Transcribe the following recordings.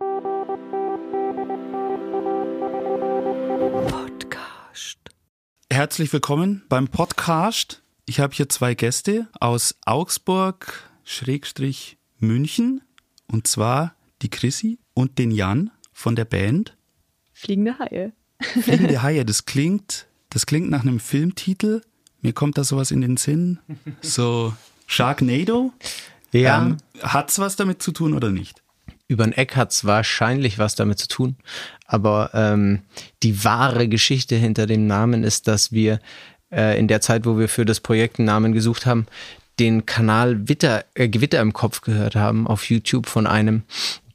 Podcast. Herzlich willkommen beim Podcast. Ich habe hier zwei Gäste aus Augsburg/München und zwar die Chrissy und den Jan von der Band Fliegende Haie. Fliegende Haie, das klingt nach einem Filmtitel. Mir kommt da sowas in den Sinn. So Sharknado. Ja. Hat's was damit zu tun oder nicht? Über ein Eck hat's wahrscheinlich was damit zu tun. Aber die wahre Geschichte hinter dem Namen ist, dass wir in der Zeit, wo wir für das Projekt einen Namen gesucht haben, den Kanal Gewitter im Kopf gehört haben auf YouTube von einem,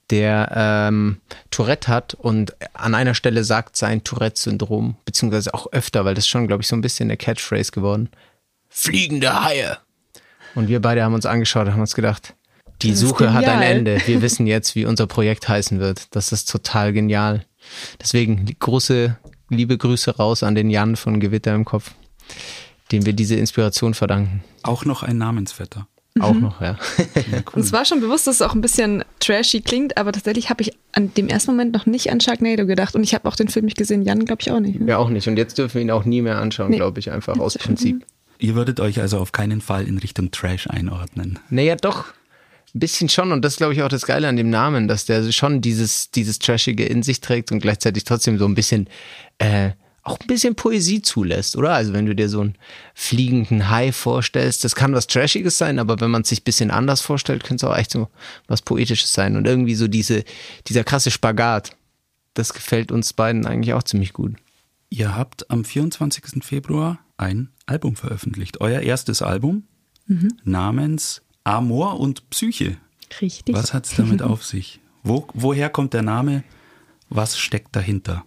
der Tourette hat und an einer Stelle sagt sein Tourette-Syndrom, beziehungsweise auch öfter, weil das ist schon, glaube ich, so ein bisschen eine Catchphrase geworden. Fliegende Haie. Und wir beide haben uns angeschaut und haben uns gedacht, die Suche hat ein Ende. Wir wissen jetzt, wie unser Projekt heißen wird. Das ist total genial. Deswegen große liebe Grüße raus an den Jan von Gewitter im Kopf, dem wir diese Inspiration verdanken. Auch noch ein Namensvetter. Auch noch, ja. Ja, cool. Und es war schon bewusst, dass es auch ein bisschen trashy klingt, aber tatsächlich habe ich an dem ersten Moment noch nicht an Sharknado gedacht und ich habe auch den Film nicht gesehen, Jan glaube ich auch nicht. Ne? Ja, auch nicht. Und jetzt dürfen wir ihn auch nie mehr anschauen, glaube ich, einfach aus Prinzip. Ihr würdet euch also auf keinen Fall in Richtung Trash einordnen. Naja, doch. Ein bisschen schon. Und das ist, glaube ich, auch das Geile an dem Namen, dass der schon dieses Trashige in sich trägt und gleichzeitig trotzdem so ein bisschen, auch ein bisschen Poesie zulässt, oder? Also wenn du dir so einen fliegenden Hai vorstellst, das kann was Trashiges sein, aber wenn man es sich ein bisschen anders vorstellt, könnte es auch echt so was Poetisches sein. Und irgendwie so dieser krasse Spagat, das gefällt uns beiden eigentlich auch ziemlich gut. Ihr habt am 24. Februar ein Album veröffentlicht. Euer erstes Album namens Amor und Psyche. Richtig. Was hat es damit auf sich? Woher kommt der Name? Was steckt dahinter?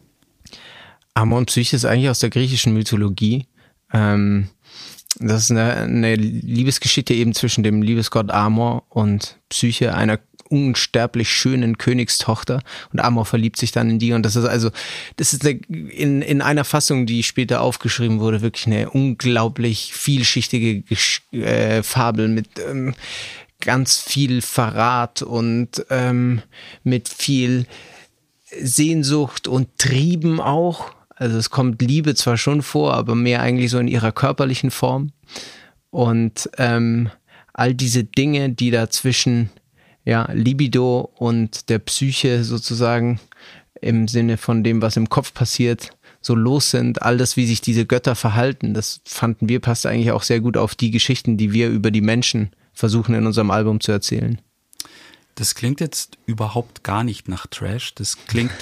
Amor und Psyche ist eigentlich aus der griechischen Mythologie. Das ist eine Liebesgeschichte eben zwischen dem Liebesgott Amor und Psyche, einer unsterblich schönen Königstochter. Und Amor verliebt sich dann in die. Und das ist in einer Fassung, die später aufgeschrieben wurde, wirklich eine unglaublich vielschichtige Fabel mit ganz viel Verrat und mit viel Sehnsucht und Trieben auch. Also es kommt Liebe zwar schon vor, aber mehr eigentlich so in ihrer körperlichen Form. Und all diese Dinge, die da zwischen Libido und der Psyche sozusagen im Sinne von dem, was im Kopf passiert, so los sind, all das, wie sich diese Götter verhalten, das fanden wir, passt eigentlich auch sehr gut auf die Geschichten, die wir über die Menschen versuchen in unserem Album zu erzählen. Das klingt jetzt überhaupt gar nicht nach Trash. Das klingt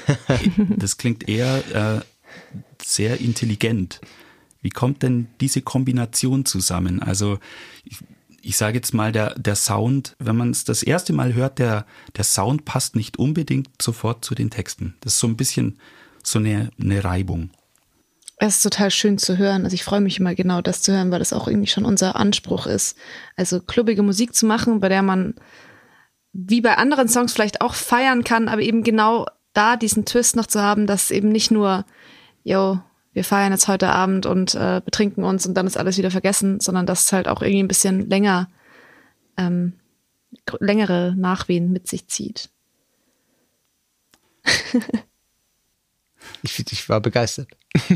eher sehr intelligent. Wie kommt denn diese Kombination zusammen? Also ich sage jetzt mal, der Sound, wenn man es das erste Mal hört, der Sound passt nicht unbedingt sofort zu den Texten. Das ist so ein bisschen so eine Reibung. Es ist total schön zu hören. Also ich freue mich immer genau das zu hören, weil das auch irgendwie schon unser Anspruch ist. Also klubbige Musik zu machen, bei der man wie bei anderen Songs vielleicht auch feiern kann, aber eben genau da diesen Twist noch zu haben, dass eben nicht nur, wir feiern jetzt heute Abend und betrinken uns und dann ist alles wieder vergessen, sondern dass es halt auch irgendwie ein bisschen längere Nachwehen mit sich zieht. Ich war begeistert.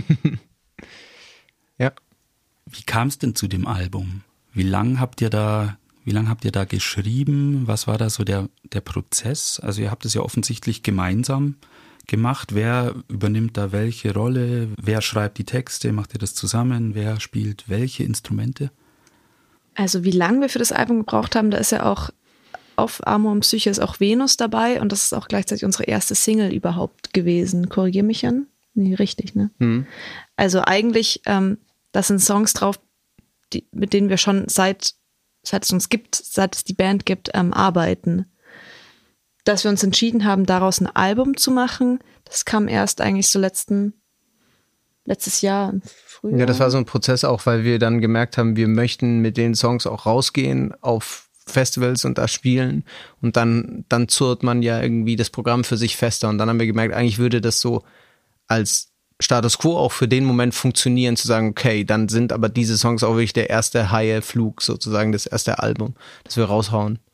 Ja. Wie kam es denn zu dem Album? Wie lange habt ihr da geschrieben? Was war da so der Prozess? Also ihr habt es ja offensichtlich gemeinsam gemacht. Wer übernimmt da welche Rolle? Wer schreibt die Texte? Macht ihr das zusammen? Wer spielt welche Instrumente? Also wie lange wir für das Album gebraucht haben, da ist ja auch auf Amor und Psyche ist auch Venus dabei und das ist auch gleichzeitig unsere erste Single überhaupt gewesen. Korrigier mich, Jan? Nee, richtig, ne? Also eigentlich, da sind Songs drauf, mit denen wir schon seit es die Band gibt, arbeiten. Dass wir uns entschieden haben, daraus ein Album zu machen, das kam erst eigentlich so letztes Jahr im Frühjahr. Ja, das war so ein Prozess auch, weil wir dann gemerkt haben, wir möchten mit den Songs auch rausgehen auf Festivals und da spielen und dann zurrt man ja irgendwie das Programm für sich fester und dann haben wir gemerkt, eigentlich würde das so als Status Quo auch für den Moment funktionieren, zu sagen, okay, dann sind aber diese Songs auch wirklich der erste Haie-Flug sozusagen, das erste Album, das wir raushauen.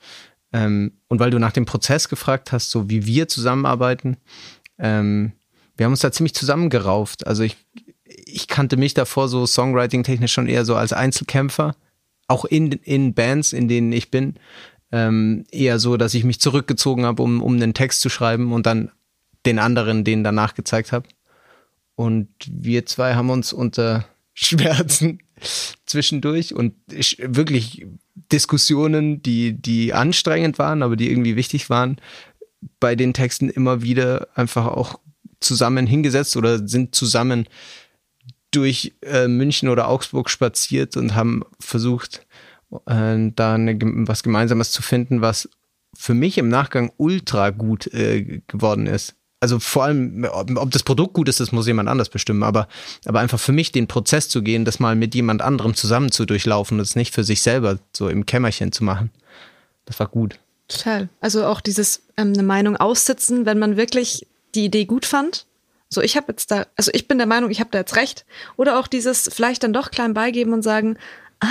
Und weil du nach dem Prozess gefragt hast, so wie wir zusammenarbeiten, wir haben uns da ziemlich zusammengerauft. Also ich kannte mich davor so Songwriting-technisch schon eher so als Einzelkämpfer, auch in Bands, in denen ich bin, eher so, dass ich mich zurückgezogen habe, um einen Text zu schreiben und dann den anderen den danach gezeigt habe. Und wir zwei haben uns unter Schmerzen zwischendurch und wirklich Diskussionen, die anstrengend waren, aber die irgendwie wichtig waren, bei den Texten immer wieder einfach auch zusammen hingesetzt oder sind zusammen durch München oder Augsburg spaziert und haben versucht, da was Gemeinsames zu finden, was für mich im Nachgang ultra gut geworden ist. Also vor allem, ob das Produkt gut ist, das muss jemand anders bestimmen, aber einfach für mich den Prozess zu gehen, das mal mit jemand anderem zusammen zu durchlaufen, das nicht für sich selber so im Kämmerchen zu machen, das war gut. Total. Also auch dieses eine Meinung aussitzen, wenn man wirklich die Idee gut fand. So, ich bin der Meinung, ich habe da jetzt recht. Oder auch dieses vielleicht dann doch klein beigeben und sagen,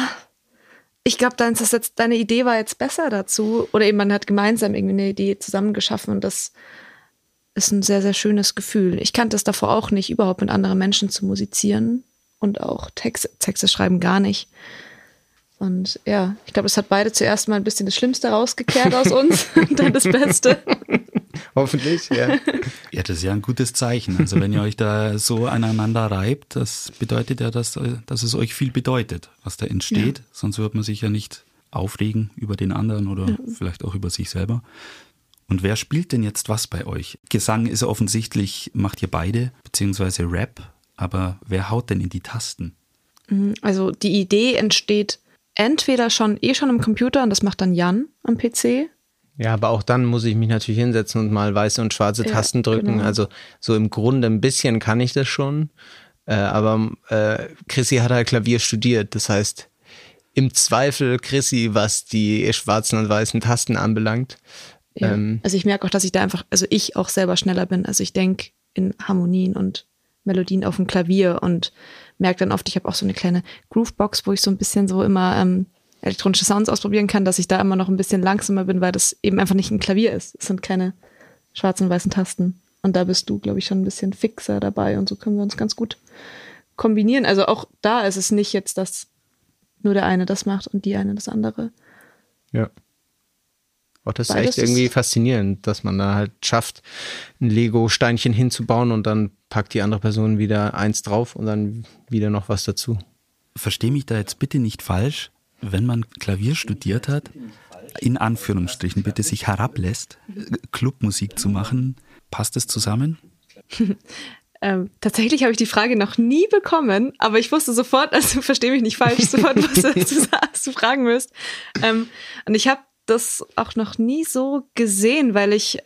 ich glaube, deine Idee war jetzt besser dazu. Oder eben man hat gemeinsam irgendwie eine Idee zusammen geschaffen und das ist ein sehr, sehr schönes Gefühl. Ich kannte es davor auch nicht, überhaupt mit anderen Menschen zu musizieren und auch Texte schreiben gar nicht. Und ja, ich glaube, es hat beide zuerst mal ein bisschen das Schlimmste rausgekehrt aus uns und dann das Beste. Hoffentlich, ja. Ja, das ist ja ein gutes Zeichen. Also wenn ihr euch da so aneinander reibt, das bedeutet ja, dass es euch viel bedeutet, was da entsteht. Ja. Sonst wird man sich ja nicht aufregen über den anderen oder vielleicht auch über sich selber. Und wer spielt denn jetzt was bei euch? Gesang ist offensichtlich, macht ihr beide, beziehungsweise Rap. Aber wer haut denn in die Tasten? Also die Idee entsteht entweder schon im Computer und das macht dann Jan am PC. Ja, aber auch dann muss ich mich natürlich hinsetzen und mal weiße und schwarze Tasten drücken. Genau. Also so im Grunde ein bisschen kann ich das schon. Aber Chrissy hat halt Klavier studiert. Das heißt, im Zweifel Chrissy, was die schwarzen und weißen Tasten anbelangt. Ja. Also ich merke auch, dass ich auch selber schneller bin. Also ich denke in Harmonien und Melodien auf dem Klavier und merke dann oft, ich habe auch so eine kleine Groovebox, wo ich so ein bisschen so immer elektronische Sounds ausprobieren kann, dass ich da immer noch ein bisschen langsamer bin, weil das eben einfach nicht ein Klavier ist. Es sind keine schwarzen und weißen Tasten. Und da bist du, glaube ich, schon ein bisschen fixer dabei und so können wir uns ganz gut kombinieren. Also auch da ist es nicht jetzt, dass nur der eine das macht und die eine das andere. Ja. Auch das ist echt irgendwie faszinierend, dass man da halt schafft, ein Lego-Steinchen hinzubauen und dann packt die andere Person wieder eins drauf und dann wieder noch was dazu. Versteh mich da jetzt bitte nicht falsch. Wenn man Klavier studiert hat, in Anführungsstrichen bitte sich herablässt, Clubmusik zu machen, passt das zusammen? Tatsächlich habe ich die Frage noch nie bekommen, aber ich wusste sofort, also versteh mich nicht falsch, sofort, was du fragen wirst. Und ich habe das auch noch nie so gesehen, weil das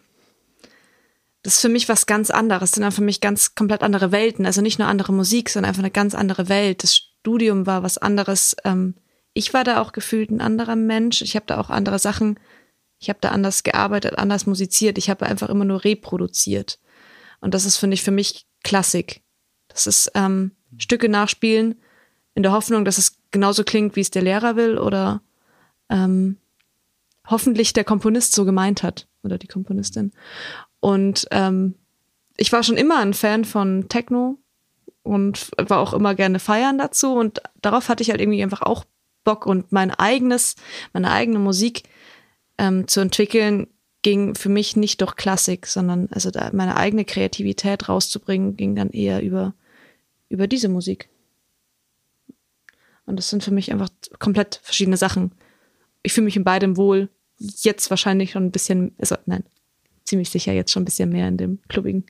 ist für mich was ganz anderes, das sind für mich ganz komplett andere Welten, also nicht nur andere Musik, sondern einfach eine ganz andere Welt. Das Studium war was anderes. Ich war da auch gefühlt ein anderer Mensch. Ich habe da auch andere Sachen, ich habe da anders gearbeitet, anders musiziert. Ich habe einfach immer nur reproduziert. Und das ist, finde ich, für mich Klassik. Das ist Stücke nachspielen in der Hoffnung, dass es genauso klingt, wie es der Lehrer will oder hoffentlich der Komponist so gemeint hat oder die Komponistin. Und ich war schon immer ein Fan von Techno und war auch immer gerne feiern dazu und darauf hatte ich halt irgendwie einfach auch Bock und meine eigene Musik zu entwickeln, ging für mich nicht durch Klassik, sondern also da meine eigene Kreativität rauszubringen, ging dann eher über diese Musik. Und das sind für mich einfach komplett verschiedene Sachen. Ich fühle mich in beidem wohl. Jetzt wahrscheinlich schon ein bisschen, also nein, ziemlich sicher jetzt schon ein bisschen mehr in dem Klubbigen.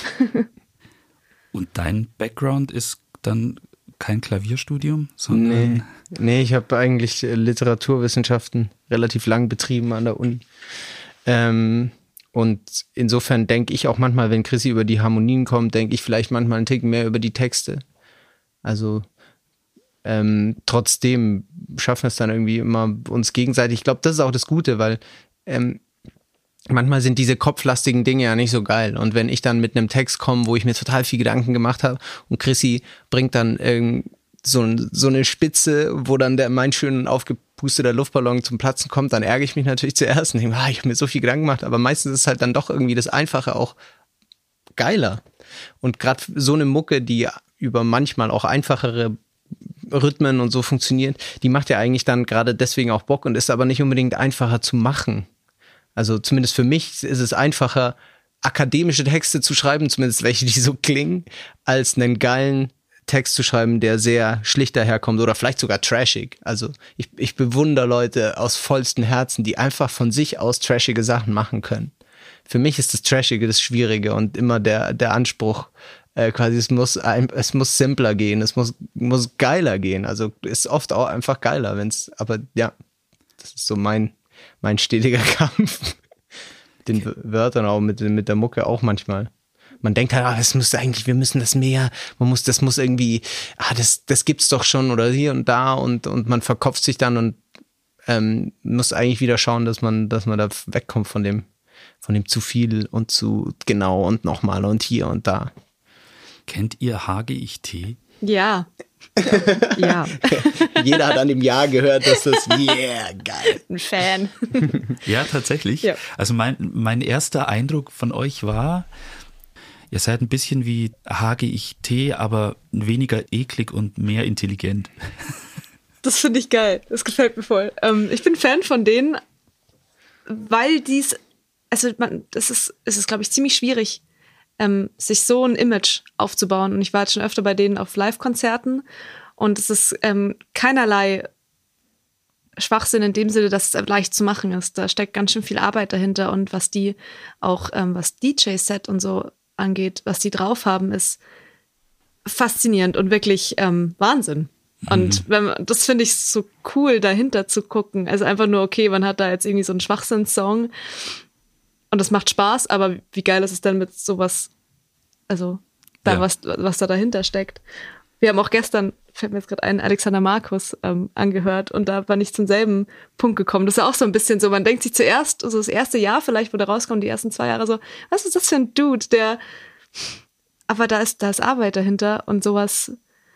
Und dein Background ist dann kein Klavierstudium, sondern... Nee, ich habe eigentlich Literaturwissenschaften relativ lang betrieben an der Uni. Und insofern denke ich auch manchmal, wenn Chrissy über die Harmonien kommt, denke ich vielleicht manchmal einen Ticken mehr über die Texte. Also trotzdem schaffen wir es dann irgendwie immer uns gegenseitig. Ich glaube, das ist auch das Gute, weil manchmal sind diese kopflastigen Dinge ja nicht so geil. Und wenn ich dann mit einem Text komme, wo ich mir total viel Gedanken gemacht habe und Chrissy bringt dann so eine Spitze, wo dann mein schön aufgepusteter Luftballon zum Platzen kommt, dann ärgere ich mich natürlich zuerst und denke, ich habe mir so viel Gedanken gemacht, aber meistens ist halt dann doch irgendwie das Einfache auch geiler. Und gerade so eine Mucke, die über manchmal auch einfachere Rhythmen und so funktioniert, die macht ja eigentlich dann gerade deswegen auch Bock und ist aber nicht unbedingt einfacher zu machen. Also zumindest für mich ist es einfacher, akademische Texte zu schreiben, zumindest welche, die so klingen, als einen geilen Text zu schreiben, der sehr schlicht daherkommt oder vielleicht sogar trashig. Also ich bewundere Leute aus vollstem Herzen, die einfach von sich aus trashige Sachen machen können. Für mich ist das Trashige das Schwierige und immer der Anspruch, quasi es muss simpler gehen, es muss geiler gehen. Also ist oft auch einfach geiler, aber ja, das ist so mein stetiger Kampf. Den Wörtern auch mit der Mucke auch manchmal. Man denkt halt, wir müssen das mehr, das muss irgendwie, das gibt's doch schon oder hier und da und man verkopft sich dann und muss eigentlich wieder schauen, dass man da wegkommt von dem zu viel und zu genau und nochmal und hier und da. Kennt ihr HGIT? Ja. Ja. Jeder hat an dem Jahr gehört, dass das, geil. Ein Fan. Ja, tatsächlich. Ja. Also mein erster Eindruck von euch war, ihr seid ein bisschen wie HGIT, aber weniger eklig und mehr intelligent. Das finde ich geil. Das gefällt mir voll. Ich bin Fan von denen, weil es ist, glaube ich, ziemlich schwierig, sich so ein Image aufzubauen. Und ich war jetzt schon öfter bei denen auf Live-Konzerten und es ist keinerlei Schwachsinn in dem Sinne, dass es leicht zu machen ist. Da steckt ganz schön viel Arbeit dahinter und was die auch, was DJ-Set und so angeht, was die drauf haben, ist faszinierend und wirklich Wahnsinn. Und das finde ich so cool, dahinter zu gucken. Also einfach nur, okay, man hat da jetzt irgendwie so einen Schwachsinn-Song und das macht Spaß, aber wie geil ist es denn mit sowas, also was da dahinter steckt. Wir haben auch gestern, fällt mir jetzt gerade ein, Alexander Markus angehört und da war ich zum selben Punkt gekommen. Das ist ja auch so ein bisschen so, man denkt sich zuerst, so das erste Jahr vielleicht, wo der rauskommt, die ersten 2 Jahre so, was ist das für ein Dude, aber da ist Arbeit dahinter und sowas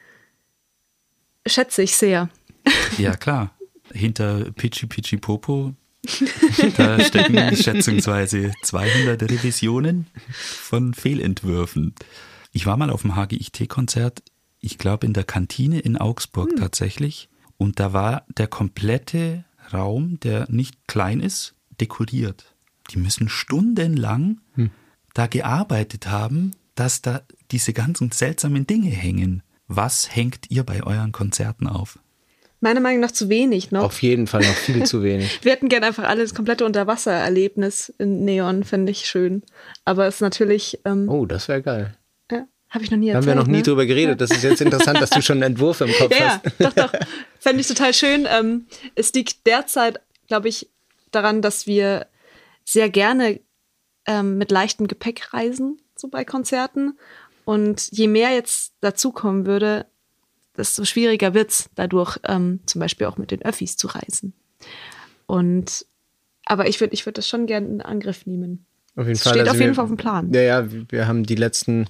schätze ich sehr. Ja, klar. Hinter Pichi Pichi Popo, da stecken schätzungsweise 200 Revisionen von Fehlentwürfen. Ich war mal auf dem HGIT-Konzert, ich glaube in der Kantine in Augsburg tatsächlich. Und da war der komplette Raum, der nicht klein ist, dekoriert. Die müssen stundenlang da gearbeitet haben, dass da diese ganzen seltsamen Dinge hängen. Was hängt ihr bei euren Konzerten auf? Meiner Meinung nach zu wenig noch. Auf jeden Fall noch viel zu wenig. Wir hätten gerne einfach alle das komplette Unterwassererlebnis in Neon, finde ich schön. Aber es ist natürlich... oh, das wäre geil. Ja, habe ich noch nie erzählt. Haben wir noch nie drüber geredet. Das ist jetzt interessant, dass du schon einen Entwurf im Kopf hast. Ja, doch. Fände ich total schön. Es liegt derzeit, glaube ich, daran, dass wir sehr gerne mit leichtem Gepäck reisen, so bei Konzerten. Und je mehr jetzt dazukommen würde, desto schwieriger wird es dadurch, zum Beispiel auch mit den Öffis zu reisen. Aber ich würde das schon gerne in Angriff nehmen. Auf jeden das Fall. Steht auf jeden Fall auf dem Plan. Ja, wir haben die letzten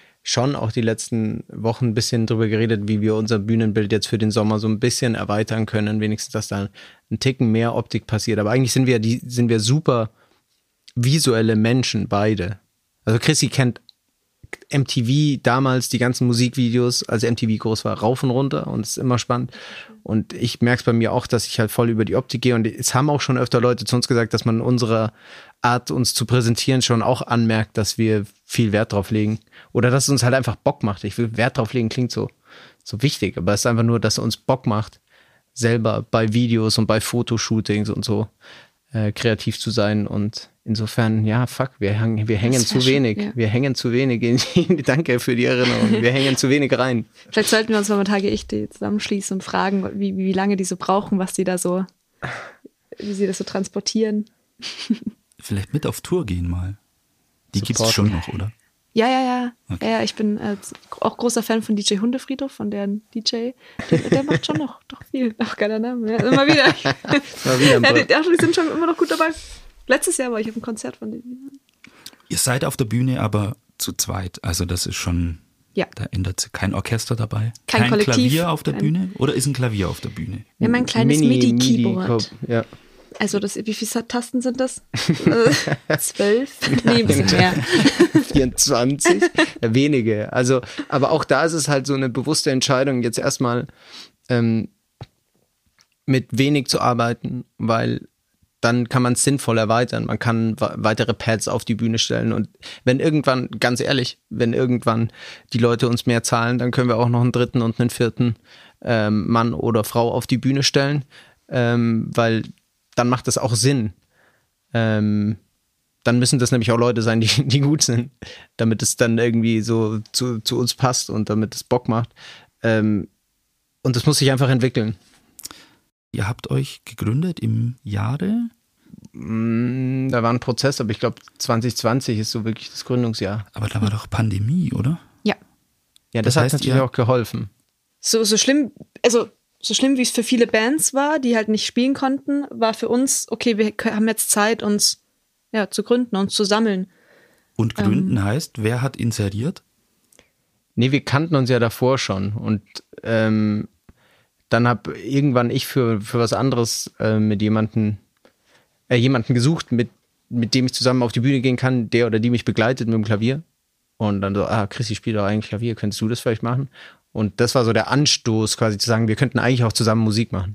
Wochen ein bisschen drüber geredet, wie wir unser Bühnenbild jetzt für den Sommer so ein bisschen erweitern können, wenigstens, dass da ein Ticken mehr Optik passiert. Aber eigentlich sind wir super visuelle Menschen, beide. Also Chrissy kennt MTV damals, die ganzen Musikvideos, als MTV groß war, rauf und runter und es ist immer spannend. Und ich merke es bei mir auch, dass ich halt voll über die Optik gehe und es haben auch schon öfter Leute zu uns gesagt, dass man unserer Art, uns zu präsentieren, schon auch anmerkt, dass wir viel Wert drauf legen oder dass es uns halt einfach Bock macht. Ich will Wert drauf legen, klingt so wichtig, aber es ist einfach nur, dass es uns Bock macht, selber bei Videos und bei Fotoshootings und so kreativ zu sein und insofern, ja, wir hängen zu wenig. Ja. Wir hängen zu wenig. Danke für die Erinnerung. Wir hängen zu wenig rein. Vielleicht sollten wir uns mal mit HGIT zusammenschließen und fragen, wie lange die so brauchen, wie sie das so transportieren. Vielleicht mit auf Tour gehen mal. Die gibt es schon noch, oder? Ja. Okay. Ja, ich bin auch großer Fan von DJ Hundefriedhof, von deren DJ. Der macht schon noch doch viel. Ach, geiler Name. Ja, immer wieder. Die sind schon immer noch gut dabei. Letztes Jahr war ich auf einem Konzert von denen. Ihr seid auf der Bühne aber zu zweit. Also das ist schon Ja. Da ändert sich kein Orchester dabei. Kein Kollektiv. Klavier auf der Bühne? Oder ist ein Klavier auf der Bühne? Wir haben ein kleines MIDI-Keyboard. Ja. Also wie viele Tasten sind das? 12? Nee, ein bisschen mehr. 24? Ja, wenige. Also, aber auch da ist es halt so eine bewusste Entscheidung, jetzt erstmal mit wenig zu arbeiten, weil dann kann man es sinnvoll erweitern. Man kann weitere Pads auf die Bühne stellen. Und wenn irgendwann, ganz ehrlich, wenn irgendwann die Leute uns mehr zahlen, dann können wir auch noch einen dritten und einen vierten Mann oder Frau auf die Bühne stellen, weil dann macht das auch Sinn. Dann müssen das nämlich auch Leute sein, die gut sind, damit es dann irgendwie so zu uns passt und damit es Bock macht. Und das muss sich einfach entwickeln. Ihr habt euch gegründet im Jahre? Da war ein Prozess, aber ich glaube 2020 ist so wirklich das Gründungsjahr. Aber da war doch Pandemie, oder? Ja. Ja, das hat natürlich auch geholfen. So schlimm, also so schlimm wie es für viele Bands war, die halt nicht spielen konnten, war für uns, okay, wir haben jetzt Zeit, uns zu gründen, uns zu sammeln. Und gründen heißt, wer hat inseriert? Nee, wir kannten uns ja davor schon und dann habe irgendwann ich für was anderes mit jemanden gesucht, mit dem ich zusammen auf die Bühne gehen kann, der oder die mich begleitet mit dem Klavier. Und dann so, Chrissy spielt doch eigentlich Klavier, könntest du das vielleicht machen? Und das war so der Anstoß, quasi zu sagen, wir könnten eigentlich auch zusammen Musik machen.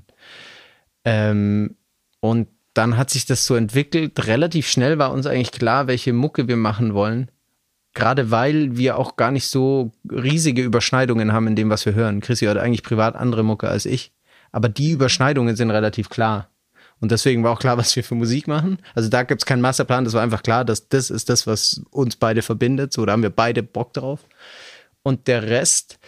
Und dann hat sich das so entwickelt. Relativ schnell war uns eigentlich klar, welche Mucke wir machen wollen. Gerade weil wir auch gar nicht so riesige Überschneidungen haben in dem, was wir hören. Chrissy hört eigentlich privat andere Mucke als ich. Aber die Überschneidungen sind relativ klar. Und deswegen war auch klar, was wir für Musik machen. Also da gibt es keinen Masterplan. Das war einfach klar, dass das ist das, was uns beide verbindet. So, da haben wir beide Bock drauf. Und der Rest...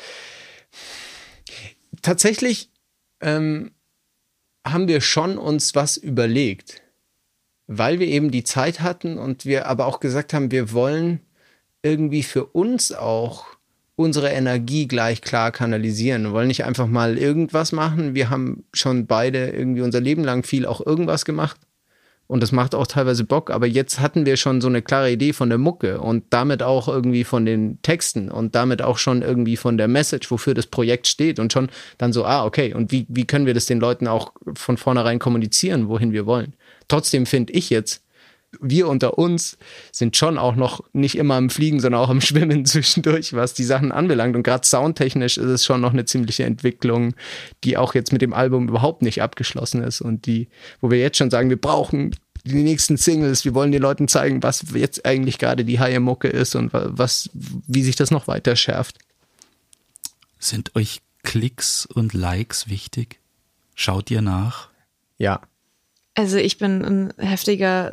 Tatsächlich haben wir schon uns was überlegt. Weil wir eben die Zeit hatten und wir aber auch gesagt haben, wir wollen irgendwie für uns auch unsere Energie gleich klar kanalisieren. Wir wollen nicht einfach mal irgendwas machen. Wir haben schon beide irgendwie unser Leben lang viel auch irgendwas gemacht. Und das macht auch teilweise Bock. Aber jetzt hatten wir schon so eine klare Idee von der Mucke und damit auch irgendwie von den Texten und damit auch schon irgendwie von der Message, wofür das Projekt steht. Und schon dann so, okay, und wie können wir das den Leuten auch von vornherein kommunizieren, wohin wir wollen? Trotzdem finde ich jetzt, wir unter uns sind schon auch noch nicht immer am Fliegen, sondern auch am Schwimmen zwischendurch, was die Sachen anbelangt. Und gerade soundtechnisch ist es schon noch eine ziemliche Entwicklung, die auch jetzt mit dem Album überhaupt nicht abgeschlossen ist und wo wir jetzt schon sagen, wir brauchen die nächsten Singles, wir wollen den Leuten zeigen, was jetzt eigentlich gerade die Mucke ist und wie sich das noch weiter schärft. Sind euch Klicks und Likes wichtig? Schaut ihr nach? Ja. Also ich bin ein heftiger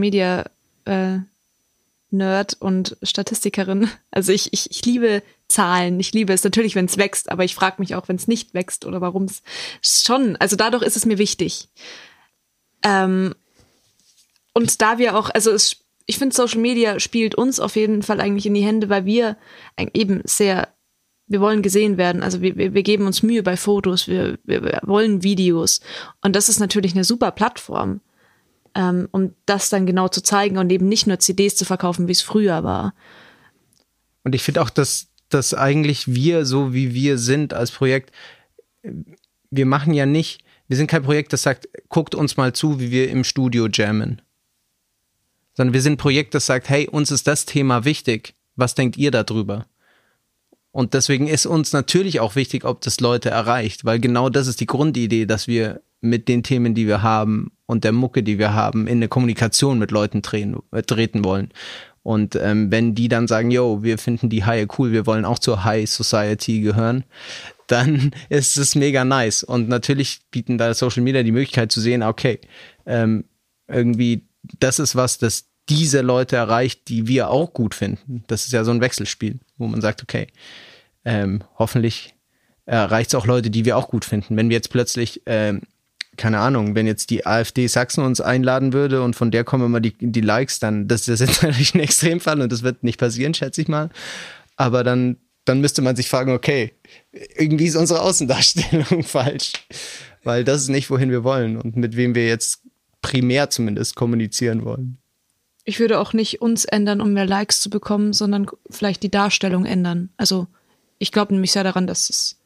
Social-Media-Nerd und Statistikerin. Also ich liebe Zahlen. Ich liebe es natürlich, wenn es wächst, aber ich frage mich auch, wenn es nicht wächst oder warum es schon. Also dadurch ist es mir wichtig. Und da wir auch, ich finde, Social Media spielt uns auf jeden Fall eigentlich in die Hände, weil wir eben wir wollen gesehen werden, also wir geben uns Mühe bei Fotos, wir wollen Videos und das ist natürlich eine super Plattform, um das dann genau zu zeigen und eben nicht nur CDs zu verkaufen, wie es früher war. Und ich finde auch, dass eigentlich wir, so wie wir sind als Projekt, wir sind kein Projekt, das sagt, guckt uns mal zu, wie wir im Studio jammen, sondern wir sind ein Projekt, das sagt, hey, uns ist das Thema wichtig, was denkt ihr darüber? Und deswegen ist uns natürlich auch wichtig, ob das Leute erreicht, weil genau das ist die Grundidee, dass wir mit den Themen, die wir haben und der Mucke, die wir haben, in eine Kommunikation mit Leuten treten wollen. Und wenn die dann sagen, yo, wir finden die Haie cool, wir wollen auch zur High Society gehören, dann ist es mega nice. Und natürlich bieten da Social Media die Möglichkeit zu sehen, okay, irgendwie das ist was, das diese Leute erreicht, die wir auch gut finden. Das ist ja so ein Wechselspiel, wo man sagt, okay, hoffentlich erreicht es auch Leute, die wir auch gut finden. Wenn wir jetzt plötzlich, keine Ahnung, wenn jetzt die AfD Sachsen uns einladen würde und von der kommen immer die Likes, dann das ist jetzt natürlich ein Extremfall und das wird nicht passieren, schätze ich mal. Aber dann müsste man sich fragen, okay, irgendwie ist unsere Außendarstellung falsch, weil das ist nicht, wohin wir wollen und mit wem wir jetzt primär zumindest kommunizieren wollen. Ich würde auch nicht uns ändern, um mehr Likes zu bekommen, sondern vielleicht die Darstellung ändern. Also ich glaube nämlich sehr daran, dass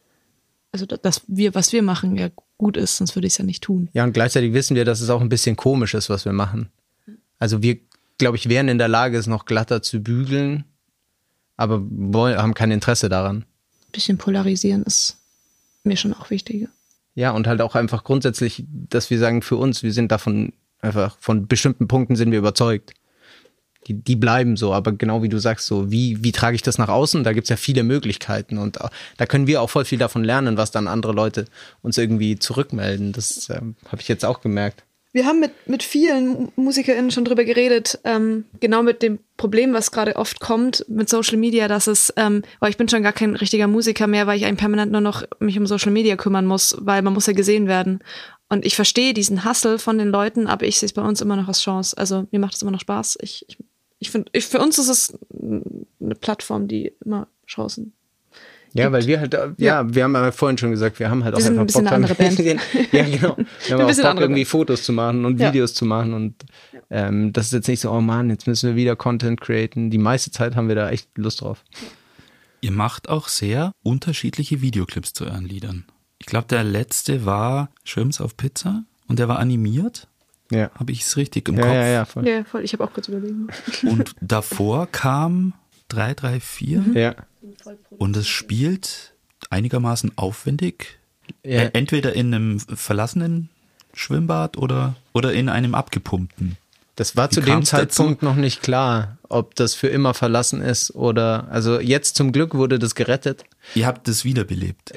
was wir machen, ja gut ist, sonst würde ich es ja nicht tun. Ja, und gleichzeitig wissen wir, dass es auch ein bisschen komisch ist, was wir machen. Also wir, glaube ich, wären in der Lage, es noch glatter zu bügeln, aber haben kein Interesse daran. Ein bisschen polarisieren ist mir schon auch wichtiger. Ja, und halt auch einfach grundsätzlich, dass wir sagen, für uns, wir sind davon einfach, von bestimmten Punkten sind wir überzeugt. Die bleiben so, aber genau wie du sagst, so wie trage ich das nach außen? Da gibt's ja viele Möglichkeiten und da können wir auch voll viel davon lernen, was dann andere Leute uns irgendwie zurückmelden. Das habe ich jetzt auch gemerkt. Wir haben mit vielen MusikerInnen schon drüber geredet, genau mit dem Problem, was gerade oft kommt mit Social Media, dass es, ich bin schon gar kein richtiger Musiker mehr, weil ich eigentlich permanent nur noch mich um Social Media kümmern muss, weil man muss ja gesehen werden. Und ich verstehe diesen Hustle von den Leuten, aber ich sehe es bei uns immer noch als Chance. Also mir macht es immer noch Spaß. Ich finde, für uns ist es eine Plattform, die immer Chancen ja, gibt. weil wir halt, wir haben aber vorhin schon gesagt, wir haben halt auch einfach Bock, eine andere Band. Ja, genau. Wir haben auch Bock, irgendwie Fotos zu machen und Videos zu machen und das ist jetzt nicht so, oh Mann, jetzt müssen wir wieder Content createn. Die meiste Zeit haben wir da echt Lust drauf. Ihr macht auch sehr unterschiedliche Videoclips zu euren Liedern. Ich glaube, der letzte war Shrimps auf Pizza und der war animiert. Ja. Habe ich es richtig im Kopf? Ja, voll. Ja, voll. Ich habe auch kurz überlegt. Und davor kam 334 Ja. und es spielt einigermaßen aufwendig. Ja. Entweder in einem verlassenen Schwimmbad oder in einem abgepumpten. Das war zu dem Zeitpunkt noch nicht klar, ob das für immer verlassen ist oder, also jetzt zum Glück wurde das gerettet. Ihr habt das wiederbelebt.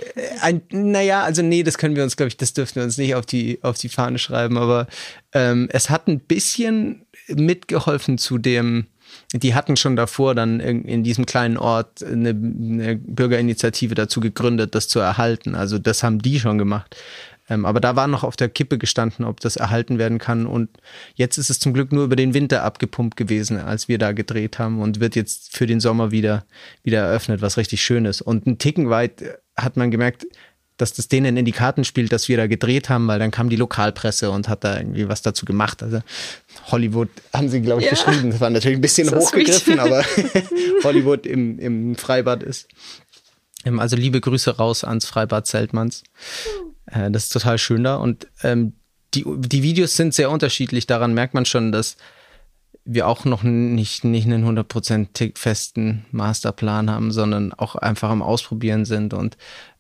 Das können wir uns, glaube ich, das dürfen wir uns nicht auf die Fahne schreiben, aber es hat ein bisschen mitgeholfen zu dem, die hatten schon davor dann in diesem kleinen Ort eine Bürgerinitiative dazu gegründet, das zu erhalten. Also das haben die schon gemacht. Aber da war noch auf der Kippe gestanden, ob das erhalten werden kann. Und jetzt ist es zum Glück nur über den Winter abgepumpt gewesen, als wir da gedreht haben und wird jetzt für den Sommer wieder eröffnet, was richtig schön ist. Und einen Ticken weit hat man gemerkt, dass das denen in die Karten spielt, dass wir da gedreht haben, weil dann kam die Lokalpresse und hat da irgendwie was dazu gemacht. Also Hollywood haben sie, glaube ich, geschrieben. Das war natürlich ein bisschen hochgegriffen, aber Hollywood im Freibad ist. Also liebe Grüße raus ans Freibad Zeltmanns. Das ist total schön da und die Videos sind sehr unterschiedlich. Daran merkt man schon, dass wir auch noch nicht einen 100% festen Masterplan haben, sondern auch einfach am Ausprobieren sind. Und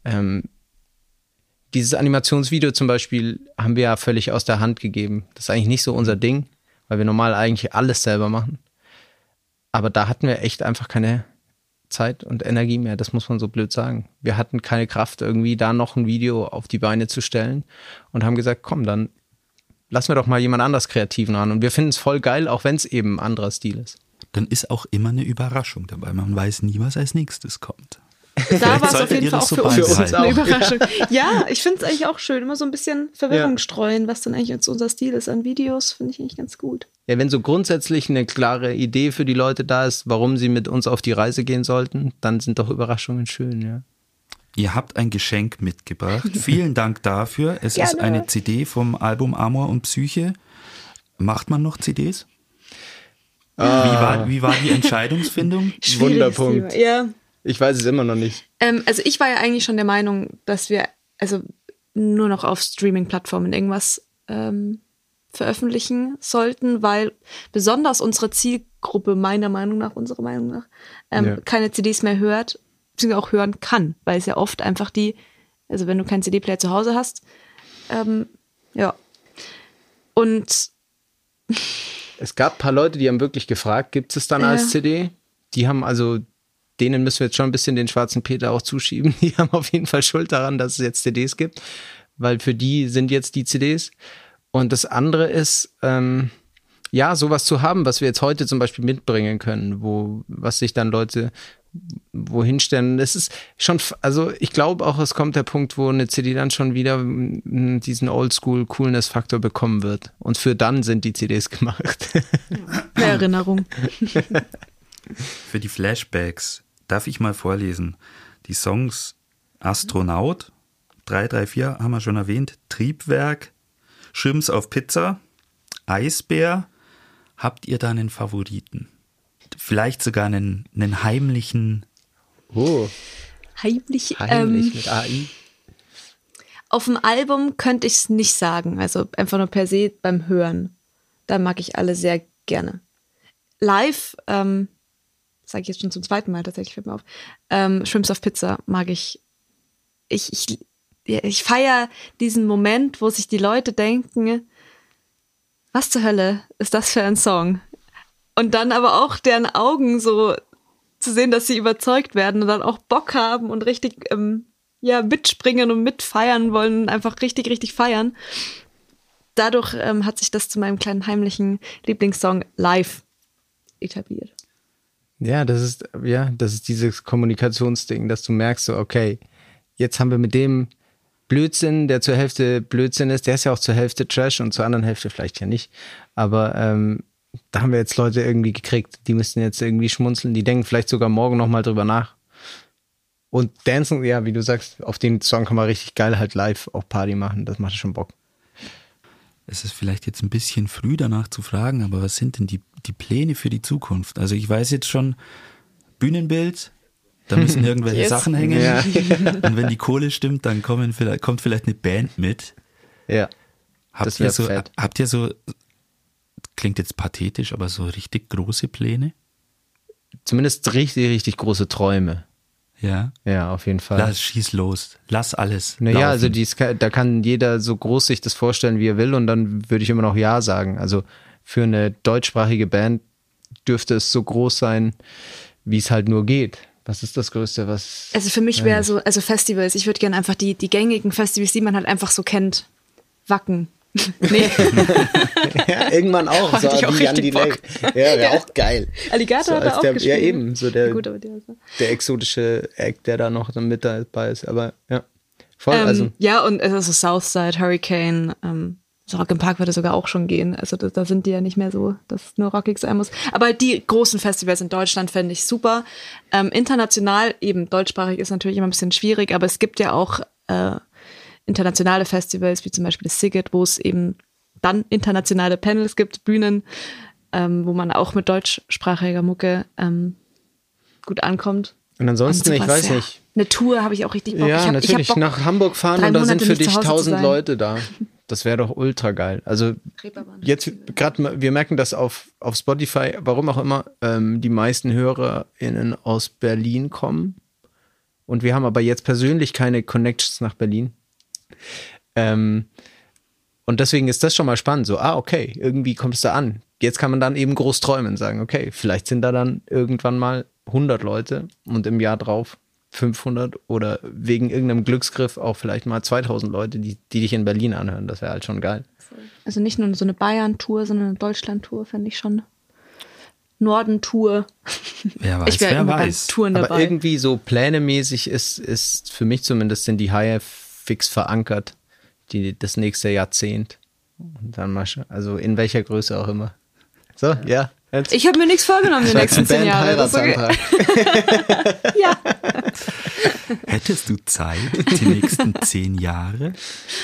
dieses Animationsvideo zum Beispiel haben wir ja völlig aus der Hand gegeben. Das ist eigentlich nicht so unser Ding, weil wir normal eigentlich alles selber machen. Aber da hatten wir echt einfach keine Zeit und Energie mehr, das muss man so blöd sagen. Wir hatten keine Kraft, irgendwie da noch ein Video auf die Beine zu stellen und haben gesagt, komm, dann lassen wir doch mal jemand anders Kreativen ran. Und wir finden es voll geil, auch wenn es eben ein anderer Stil ist. Dann ist auch immer eine Überraschung dabei. Man weiß nie, was als nächstes kommt. Da war es auf jeden Fall auch für uns eine Überraschung. Ja, ich finde es eigentlich auch schön, immer so ein bisschen Verwirrung streuen, was dann eigentlich jetzt unser Stil ist an Videos, finde ich eigentlich ganz gut. Ja, wenn so grundsätzlich eine klare Idee für die Leute da ist, warum sie mit uns auf die Reise gehen sollten, dann sind doch Überraschungen schön, ja. Ihr habt ein Geschenk mitgebracht. Vielen Dank dafür. Es ist eine CD vom Album Amor und Psyche. Macht man noch CDs? Wie war die Entscheidungsfindung? Wunderpunkt. Ja. Ich weiß es immer noch nicht. Also ich war ja eigentlich schon der Meinung, dass wir nur noch auf Streaming-Plattformen irgendwas veröffentlichen sollten, weil besonders unsere Zielgruppe unserer Meinung nach, keine CDs mehr hört, beziehungsweise auch hören kann, weil es ja oft einfach also wenn du keinen CD-Player zu Hause hast, Und es gab ein paar Leute, die haben wirklich gefragt, gibt es dann als CD? Die haben denen müssen wir jetzt schon ein bisschen den schwarzen Peter auch zuschieben. Die haben auf jeden Fall Schuld daran, dass es jetzt CDs gibt, weil für die sind jetzt die CDs. Und das andere ist, sowas zu haben, was wir jetzt heute zum Beispiel mitbringen können, was sich dann Leute wohin stellen. Das ist schon, ich glaube auch, es kommt der Punkt, wo eine CD dann schon wieder diesen Oldschool-Coolness-Faktor bekommen wird. Und für dann sind die CDs gemacht. Eine Erinnerung. Für die Flashbacks darf ich mal vorlesen. Die Songs Astronaut, 334 haben wir schon erwähnt, Triebwerk, Shrimps auf Pizza, Eisbär. Habt ihr da einen Favoriten? Vielleicht sogar einen heimlichen. Oh. Heimlich. Heimlich mit AI. Auf dem Album könnte ich es nicht sagen. Also einfach nur per se beim Hören. Da mag ich alle sehr gerne. Live, sage ich jetzt schon zum zweiten Mal tatsächlich, fällt mir auf, Shrimps auf Pizza mag ich. Ich feiere diesen Moment, wo sich die Leute denken, was zur Hölle ist das für ein Song? Und dann aber auch deren Augen so zu sehen, dass sie überzeugt werden und dann auch Bock haben und richtig mitspringen und mitfeiern wollen, einfach richtig, richtig feiern. Dadurch hat sich das zu meinem kleinen heimlichen Lieblingssong live etabliert. Ja, das ist dieses Kommunikationsding, dass du merkst so, okay, jetzt haben wir mit dem Blödsinn, der zur Hälfte Blödsinn ist, der ist ja auch zur Hälfte Trash und zur anderen Hälfte vielleicht ja nicht. Aber da haben wir jetzt Leute irgendwie gekriegt, die müssten jetzt irgendwie schmunzeln, die denken vielleicht sogar morgen nochmal drüber nach. Und Dancen, ja, wie du sagst, auf den Song kann man richtig geil halt live auch Party machen, das macht schon Bock. Es ist vielleicht jetzt ein bisschen früh danach zu fragen, aber was sind denn die Pläne für die Zukunft? Also ich weiß jetzt schon, Bühnenbild, da müssen irgendwelche Sachen hängen. Ja. Und wenn die Kohle stimmt, dann kommt vielleicht eine Band mit. Ja. Habt ihr so, klingt jetzt pathetisch, aber so richtig große Pläne? Zumindest richtig, richtig große Träume. Ja? Ja, auf jeden Fall. Schieß los. Lass alles Naja, laufen. also da kann jeder so groß sich das vorstellen, wie er will, und dann würde ich immer noch Ja sagen. Also für eine deutschsprachige Band dürfte es so groß sein, wie es halt nur geht. Was ist das Größte, was... Also für mich wäre so, also Festivals, ich würde gerne einfach die gängigen Festivals, die man halt einfach so kennt, Wacken. Nee. Ja, irgendwann auch. So ich auch wie Jan Delay. Ja, wäre auch geil. Alligator so hat er auch gespielt. Ja, eben. So der exotische Act, der da noch mit dabei ist. Aber ja, voll. Ja, und also Southside, Hurricane, so Rock im Park würde sogar auch schon gehen. Also da sind die ja nicht mehr so, dass es nur rockig sein muss. Aber die großen Festivals in Deutschland fände ich super. International, eben deutschsprachig ist natürlich immer ein bisschen schwierig, aber es gibt ja auch internationale Festivals, wie zum Beispiel das SIGET, wo es eben dann internationale Panels gibt, Bühnen, wo man auch mit deutschsprachiger Mucke gut ankommt. Und ansonsten, ich weiß nicht. Eine Tour habe ich auch richtig Bock. Ja, natürlich. Ich hab Bock, nach Hamburg fahren und da sind für dich 1000 Leute da. Das wäre doch ultra geil. Also jetzt gerade, wir merken das auf Spotify, warum auch immer, die meisten HörerInnen aus Berlin kommen. Und wir haben aber jetzt persönlich keine Connections nach Berlin. Und deswegen ist das schon mal spannend. So, okay, irgendwie kommt es da an. Jetzt kann man dann eben groß träumen und sagen, okay, vielleicht sind da dann irgendwann mal 100 Leute und im Jahr drauf 500 oder wegen irgendeinem Glücksgriff auch vielleicht mal 2000 Leute, die dich in Berlin anhören. Das wäre halt schon geil. Also nicht nur so eine Bayern-Tour, sondern eine Deutschland-Tour fände ich schon. Norden-Tour. Wer weiß, ich wäre bei Touren dabei. Aber irgendwie so plänemäßig ist für mich zumindest, sind die Haie fix verankert, das nächste Jahrzehnt. Und dann mal, also in welcher Größe auch immer. So, ja. Jetzt. Ich habe mir nichts vorgenommen die nächsten 10 Jahre. Heiratsantrag. Ja. Hättest du Zeit, die nächsten 10 Jahre?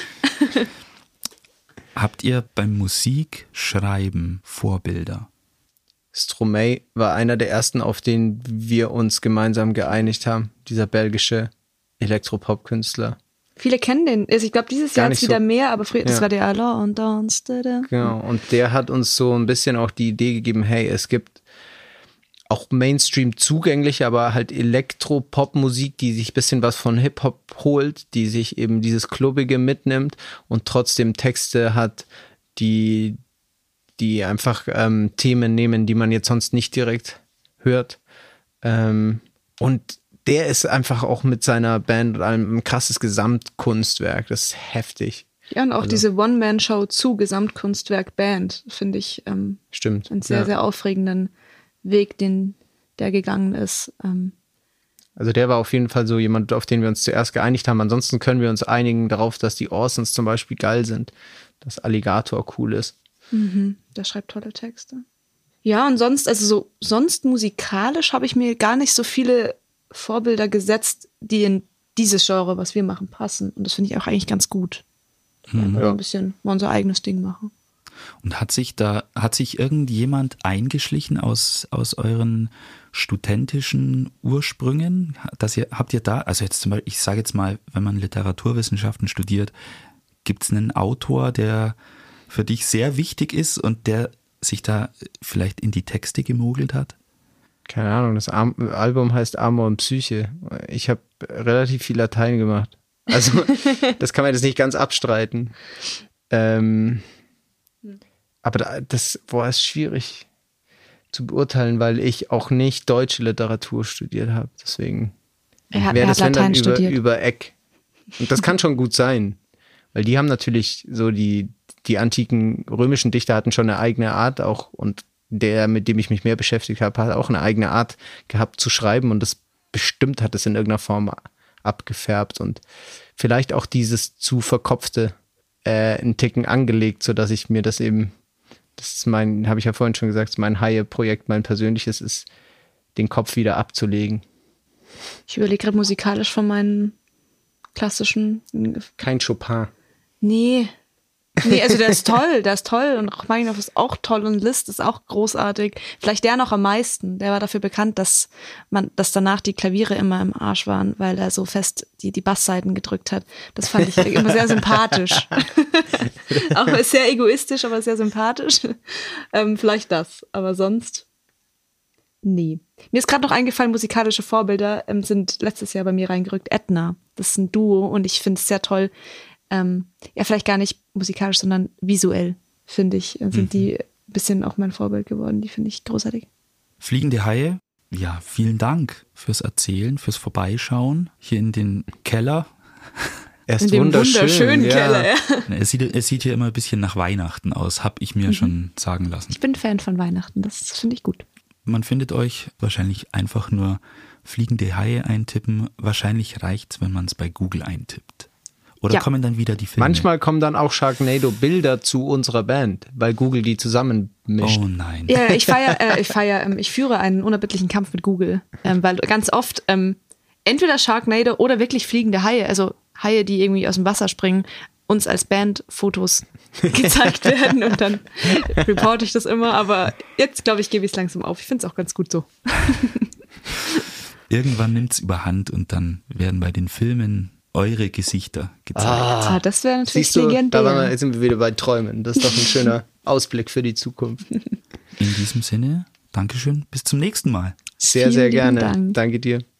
Habt ihr beim Musikschreiben Vorbilder? Stromae war einer der ersten, auf den wir uns gemeinsam geeinigt haben. Dieser belgische Elektropop-Künstler. Viele kennen den. Also ich glaube, dieses Jahr ist wieder mehr, aber früher, das war der Allah und Dance. Genau, und der hat uns so ein bisschen auch die Idee gegeben, hey, es gibt auch Mainstream zugängliche, aber halt Elektropop-Musik, die sich ein bisschen was von Hip-Hop holt, die sich eben dieses Klubbige mitnimmt und trotzdem Texte hat, die einfach Themen nehmen, die man jetzt sonst nicht direkt hört. Und der ist einfach auch mit seiner Band und allem ein krasses Gesamtkunstwerk. Das ist heftig. Ja, und auch diese One-Man-Show zu Gesamtkunstwerk-Band, finde ich, stimmt. Einen sehr, sehr aufregenden Weg, den der gegangen ist. Also der war auf jeden Fall so jemand, auf den wir uns zuerst geeinigt haben. Ansonsten können wir uns einigen darauf, dass die Orsons zum Beispiel geil sind, dass Alligator cool ist. Der schreibt tolle Texte. Ja, und sonst musikalisch habe ich mir gar nicht so viele Vorbilder gesetzt, die in dieses Genre, was wir machen, passen. Und das finde ich auch eigentlich ganz gut. Einfach ein bisschen mal unser eigenes Ding machen. Und hat sich irgendjemand eingeschlichen aus euren studentischen Ursprüngen? Habt ihr da, also jetzt zum Beispiel, ich sage jetzt mal, wenn man Literaturwissenschaften studiert, gibt es einen Autor, der für dich sehr wichtig ist und der sich da vielleicht in die Texte gemogelt hat? Keine Ahnung, das Album heißt Amor und Psyche. Ich habe relativ viel Latein gemacht. Also das kann man jetzt nicht ganz abstreiten. Aber das ist schwierig zu beurteilen, weil ich auch nicht deutsche Literatur studiert habe. Deswegen wäre das, wenn dann über Eck. Und das kann schon gut sein, weil die haben natürlich so die antiken römischen Dichter hatten schon eine eigene Art auch, und der, mit dem ich mich mehr beschäftigt habe, hat auch eine eigene Art gehabt zu schreiben, und das bestimmt hat es in irgendeiner Form abgefärbt und vielleicht auch dieses zu verkopfte einen Ticken angelegt, sodass ich mir das eben, das ist mein, habe ich ja vorhin schon gesagt, mein Haie-Projekt, mein persönliches ist, den Kopf wieder abzulegen. Ich überlege gerade musikalisch von meinen klassischen. Kein Chopin. Nee, also der ist toll und Rachmaninoff ist auch toll und Liszt ist auch großartig. Vielleicht der noch am meisten. Der war dafür bekannt, dass danach die Klaviere immer im Arsch waren, weil er so fest die Bassseiten gedrückt hat. Das fand ich immer sehr sympathisch. Auch sehr egoistisch, aber sehr sympathisch. Vielleicht das, aber sonst nee. Mir ist gerade noch eingefallen, musikalische Vorbilder sind letztes Jahr bei mir reingerückt. Edna, das ist ein Duo und ich finde es sehr toll. Ja, vielleicht gar nicht musikalisch, sondern visuell, finde ich, sind die ein bisschen auch mein Vorbild geworden. Die finde ich großartig. Fliegende Haie, ja, vielen Dank fürs Erzählen, fürs Vorbeischauen hier in den Keller. Er ist wunderschönen ja. Keller, ja. Es sieht hier immer ein bisschen nach Weihnachten aus, habe ich mir schon sagen lassen. Ich bin Fan von Weihnachten, das finde ich gut. Man findet euch wahrscheinlich einfach nur Fliegende Haie eintippen. Wahrscheinlich reicht's, wenn man es bei Google eintippt. Oder kommen dann wieder die Filme? Manchmal kommen dann auch Sharknado-Bilder zu unserer Band, weil Google die zusammenmischt. Oh nein. Ja, ich führe einen unerbittlichen Kampf mit Google, weil ganz oft entweder Sharknado oder wirklich fliegende Haie, also Haie, die irgendwie aus dem Wasser springen, uns als Band Fotos gezeigt werden und dann reporte ich das immer, aber jetzt, glaube ich, gebe ich es langsam auf. Ich finde es auch ganz gut so. Irgendwann nimmt es überhand und dann werden bei den Filmen eure Gesichter gezeigt. Das wäre natürlich Siehst du, legendär. Jetzt sind wir wieder bei Träumen. Das ist doch ein schöner Ausblick für die Zukunft. In diesem Sinne, Dankeschön, bis zum nächsten Mal. Sehr, sehr gerne. Dank. Danke dir.